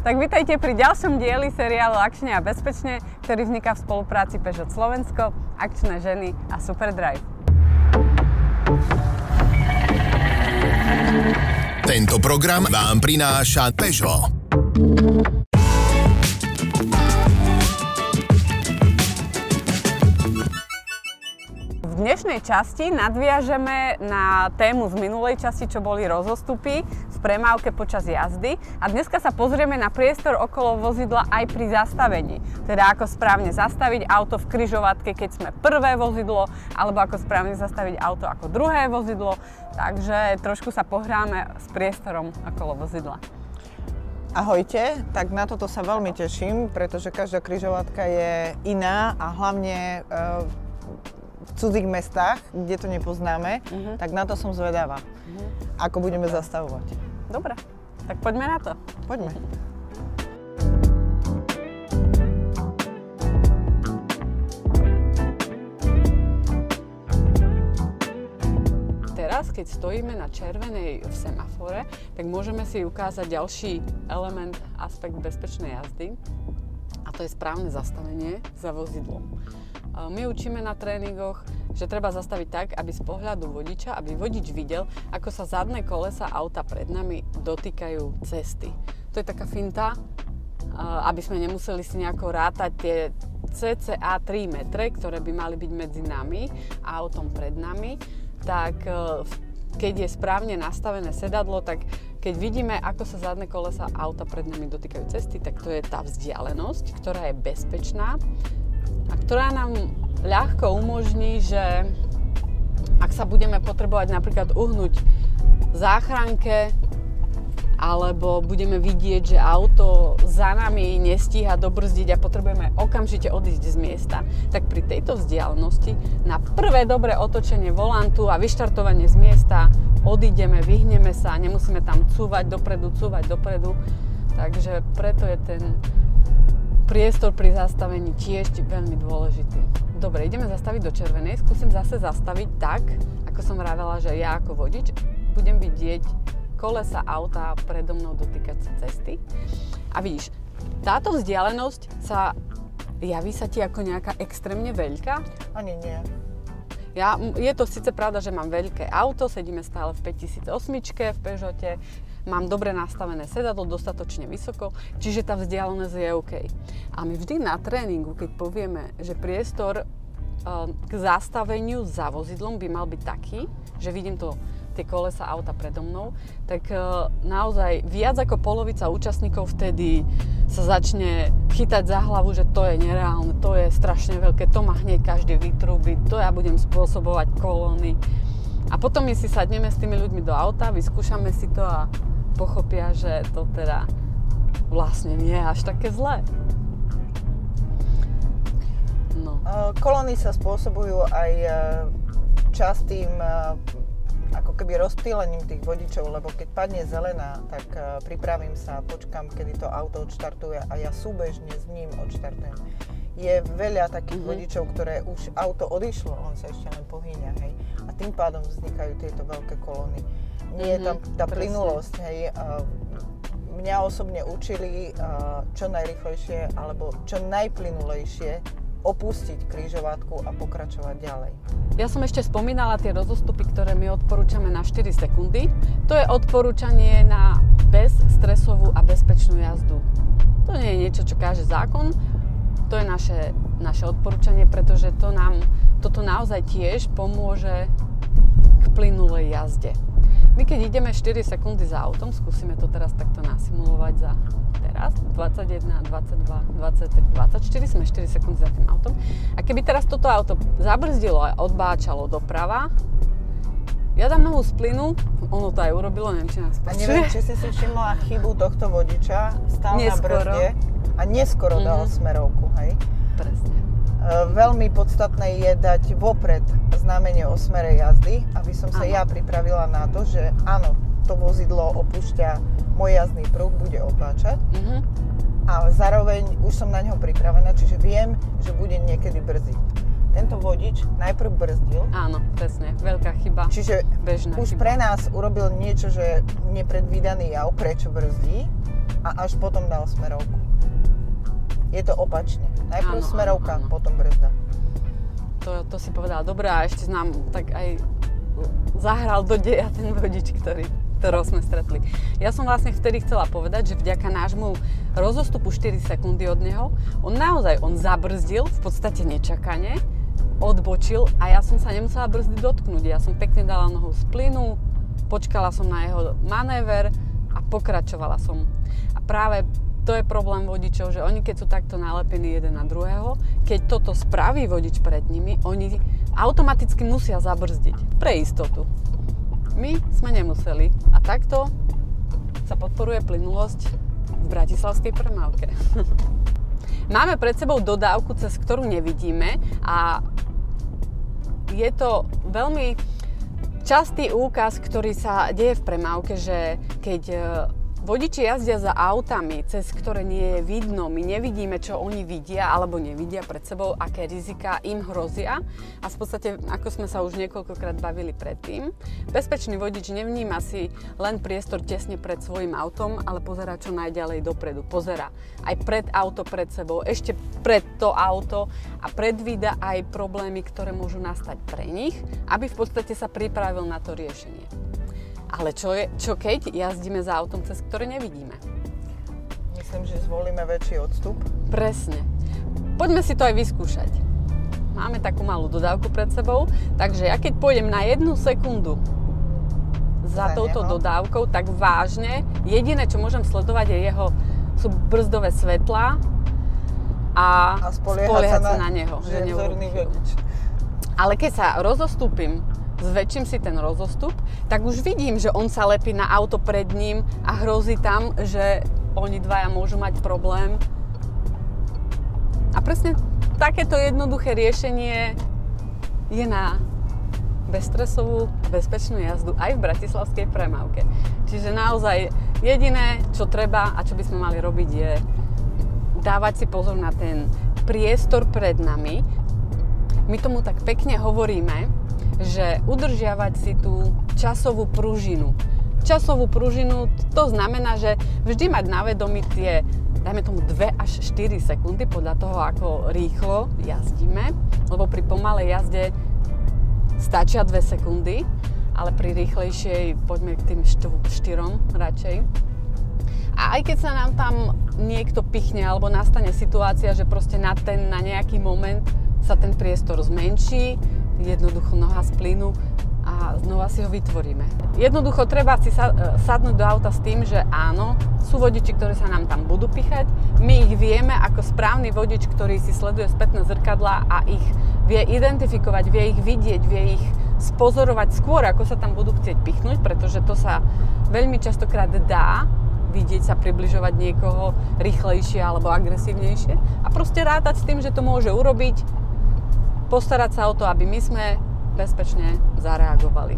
Tak vítajte pri ďalšom dieli seriálu Akčne a bezpečne, ktorý vzniká v spolupráci Peugeot Slovensko, Akčné ženy a Superdrive. Tento program vám prináša Peugeot. V dnešnej časti nadviažeme na tému z minulej časti, čo boli rozostupy v premávke počas jazdy. A dneska sa pozrieme na priestor okolo vozidla aj pri zastavení. Teda ako správne zastaviť auto v križovatke, keď sme prvé vozidlo, alebo ako správne zastaviť auto ako druhé vozidlo. Takže trošku sa pohráme s priestorom okolo vozidla. Ahojte, tak na toto sa veľmi teším, pretože každá križovatka je iná a hlavne v cudzích mestách, kde to nepoznáme, tak na to som zvedavá, ako budeme zastavovať. Dobre, tak poďme na to. Poďme. Teraz, keď stojíme na červenej v semafore, tak môžeme si ukázať ďalší element, aspekt bezpečnej jazdy, a to je správne zastavenie za vozidlom. My učíme na tréningoch, že treba zastaviť tak, aby z pohľadu vodiča, aby vodič videl, ako sa zadné kolesa auta pred nami dotýkajú cesty. To je taká finta, aby sme nemuseli si nejako rátať tie cca 3 metre, ktoré by mali byť medzi nami a autom pred nami. Tak keď je správne nastavené sedadlo, tak keď vidíme, ako sa zadné kolesa auta pred nami dotýkajú cesty, tak to je tá vzdialenosť, ktorá je bezpečná a ktorá nám ľahko umožní, že ak sa budeme potrebovať napríklad uhnúť záchranke alebo budeme vidieť, že auto za nami nestíha dobrzdiť a potrebujeme okamžite odísť z miesta, tak pri tejto vzdialenosti na prvé dobré otočenie volantu a vyštartovanie z miesta odídeme, vyhneme sa, nemusíme tam cúvať dopredu. Takže preto je ten priestor pri zastavení tiež veľmi dôležitý. Dobre, ideme zastaviť do červenej. Skúsim zase zastaviť tak, ako som vravela, že ja ako vodič budem vidieť kolesa auta predo mnou dotýkať sa cesty. A vidíš, táto vzdialenosť javí sa ti ako nejaká extrémne veľká? Ani nie. Je to síce pravda, že mám veľké auto, sedíme stále v 5008 v Peugeote, mám dobre nastavené sedadlo, dostatočne vysoko, čiže tá vzdialenosť je OK. A my vždy na tréningu, keď povieme, že priestor k zastaveniu za vozidlom by mal byť taký, že vidím tie kolesa auta predo mnou, tak naozaj viac ako polovica účastníkov vtedy sa začne chytať za hlavu, že to je nereálne, to je strašne veľké, to ma hneď každý vytrúbi, to ja budem spôsobovať kolóny. A potom my si sadneme s tými ľuďmi do auta, vyskúšame si to a pochopia, že to teda vlastne nie je až také zlé. No. Kolóny sa spôsobujú aj častým ako keby rozptýlením tých vodičov, lebo keď padne zelená, tak pripravím sa, počkám, kedy to auto odštartuje a ja súbežne s ním odštartujem. Je veľa takých vodičov, ktoré už auto odišlo, on sa ešte len pohýňa, hej. A tým pádom vznikajú tieto veľké kolóny. Nie je tam tá plynulosť, hej. Mňa osobne učili čo najrýchlejšie alebo čo najplynulejšie opustiť križovatku a pokračovať ďalej. Ja som ešte spomínala tie rozostupy, ktoré my odporúčame na 4 sekundy. To je odporúčanie na bezstresovú a bezpečnú jazdu. To nie je niečo, čo káže zákon. To je naše odporúčanie, pretože toto naozaj tiež pomôže k plynulej jazde. My keď ideme 4 sekundy za autom, skúsime to teraz takto nasimulovať za teraz, 21, 22, 23, 24, sme 4 sekundy za tým autom. A keby teraz toto auto zabrzdilo a odbáčalo doprava, ja dám nohu z plynu, ono to aj urobilo, neviem, či nás počuje. A neviem, či si všimla chybu tohto vodiča, stál na brzde a neskoro dal smerovku, hej? Presne. Veľmi podstatné je dať vopred znamenie o smere jazdy, aby som sa ja pripravila na to, že áno, to vozidlo opúšťa môj jazdný pruh, bude odbáčať. A zároveň už som na neho pripravená, čiže viem, že bude niekedy brzdiť. Tento vodič najprv brzdil. Áno, presne, veľká chyba. Čiže bežná už chyba. Pre nás urobil niečo, že nepredvídaný jav, prečo brzdí. a až potom dal smerovku. Je to opačne. Najprv Áno, smerovka, áno. potom brzda. To si povedala dobre a ešte nám tak aj zahral do deja ten vodič, ktorého sme stretli. Ja som vlastne vtedy chcela povedať, že vďaka nášmu rozostupu 4 sekundy od neho, on zabrzdil v podstate nečakane, odbočil a ja som sa nemusela brzdy dotknúť. Ja som pekne dala nohu z plynu, počkala som na jeho manéver a pokračovala som. A práve to je problém vodičov, že oni keď sú takto nalepení jeden na druhého, keď toto spraví vodič pred nimi, oni automaticky musia zabrzdiť pre istotu. My sme nemuseli a takto sa podporuje plynulosť v bratislavskej premávke. Máme pred sebou dodávku, cez ktorú nevidíme a je to veľmi častý úkaz, ktorý sa deje v premávke, že keď vodiči jazdia za autami, cez ktoré nie je vidno, my nevidíme, čo oni vidia alebo nevidia pred sebou, aké rizika im hrozia. A v podstate, ako sme sa už niekoľkokrát bavili predtým, bezpečný vodič nevníma si len priestor tesne pred svojim autom, ale pozerá čo najďalej dopredu. Pozerá aj pred auto pred sebou, ešte pred to auto a predvída aj problémy, ktoré môžu nastať pre nich, aby v podstate sa pripravil na to riešenie. Ale čo keď jazdíme za autom, cez ktoré nevidíme? Myslím, že zvolíme väčší odstup. Presne. Poďme si to aj vyskúšať. Máme takú malú dodávku pred sebou, takže ja keď pôjdem na 1 sekundu za touto dodávkou, tak vážne, jediné, čo môžem sledovať, sú brzdové svetlá a spoliehať sa na neho. Že je vzorný vodič. Ale keď sa rozostúpim, zväčším si ten rozostup, tak už vidím, že on sa lepí na auto pred ním a hrozí tam, že oni dvaja môžu mať problém. A presne takéto jednoduché riešenie je na bezstresovú, bezpečnú jazdu aj v bratislavskej premávke. Čiže naozaj jediné, čo treba a čo by sme mali robiť, je dávať si pozor na ten priestor pred nami. My tomu tak pekne hovoríme, že udržiavať si tú časovú pružinu. Časovú pružinu, to znamená, že vždy mať na vedomí tie, dajme tomu 2 až 4 sekundy podľa toho, ako rýchlo jazdíme, lebo pri pomalej jazde stačia 2 sekundy, ale pri rýchlejšej poďme k tým 4 radšej. A aj keď sa nám tam niekto pichne alebo nastane situácia, že proste na nejaký moment sa ten priestor zmenší, jednoducho noha z plynu a znova si ho vytvoríme. Jednoducho treba si sadnúť do auta s tým, že áno, sú vodiči, ktorí sa nám tam budú pichať. My ich vieme ako správny vodič, ktorý si sleduje spätné zrkadlá a ich vie identifikovať, vie ich vidieť, vie ich spozorovať skôr, ako sa tam budú chcieť pichnúť, pretože to sa veľmi častokrát dá vidieť sa približovať niekoho rýchlejšie alebo agresívnejšie a proste rátať s tým, že to môže urobiť, postarať sa o to, aby my sme bezpečne zareagovali.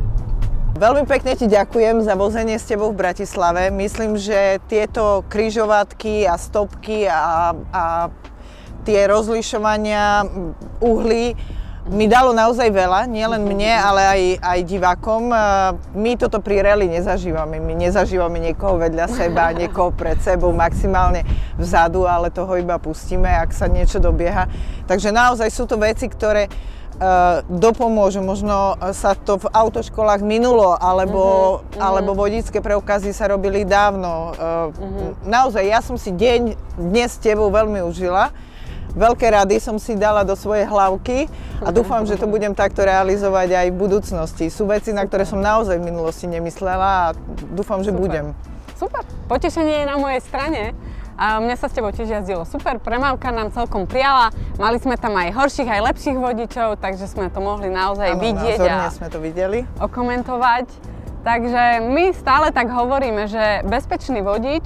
Veľmi pekne ti ďakujem za vozenie s tebou v Bratislave. Myslím, že tieto križovatky a stopky a tie rozlišovania uhlí mi dalo naozaj veľa, nielen mne, ale aj divákom. My toto pri rally nezažívame. My nezažívame niekoho vedľa seba, niekoho pred sebou, maximálne vzadu, ale toho iba pustíme, ak sa niečo dobieha. Takže naozaj sú to veci, ktoré dopomôžu. Možno sa to v autoškolách minulo, alebo vodičské preukazy sa robili dávno. Naozaj, ja som si deň dnes s tebou veľmi užila. Veľké rady som si dala do svojej hlavky a dúfam, že to budem takto realizovať aj v budúcnosti. Sú veci, na ktoré som naozaj v minulosti nemyslela a dúfam, že budem. Super, potešenie je na mojej strane. A mne sa s tebou tiež jazdilo super, premávka nám celkom prijala. Mali sme tam aj horších, aj lepších vodičov, takže sme to mohli naozaj vidieť a sme to videli. Okomentovať. Takže my stále tak hovoríme, že bezpečný vodič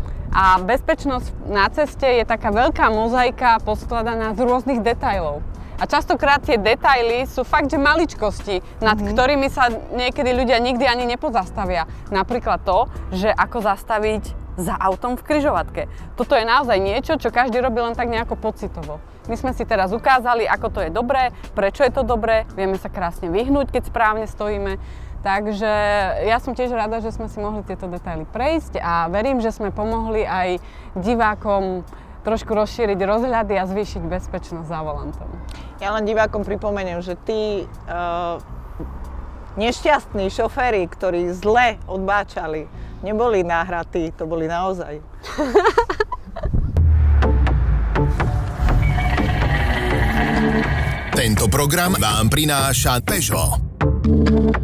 a bezpečnosť na ceste je taká veľká mozaika poskladaná z rôznych detailov. A častokrát tie detaily sú fakt, že maličkosti, nad ktorými sa niekedy ľudia nikdy ani nepozastavia. Napríklad to, že ako zastaviť za autom v križovatke. Toto je naozaj niečo, čo každý robí len tak nejako pocitovo. My sme si teraz ukázali, ako to je dobré, prečo je to dobré, vieme sa krásne vyhnúť, keď správne stojíme. Takže ja som tiež rada, že sme si mohli tieto detaily prejsť a verím, že sme pomohli aj divákom trošku rozšíriť rozhľady a zvýšiť bezpečnosť za volantom. Ja len divákom pripomeniem, že tí nešťastní šoféri, ktorí zle odbáčali, neboli náhratí, to boli naozaj. Tento program vám prináša Peugeot.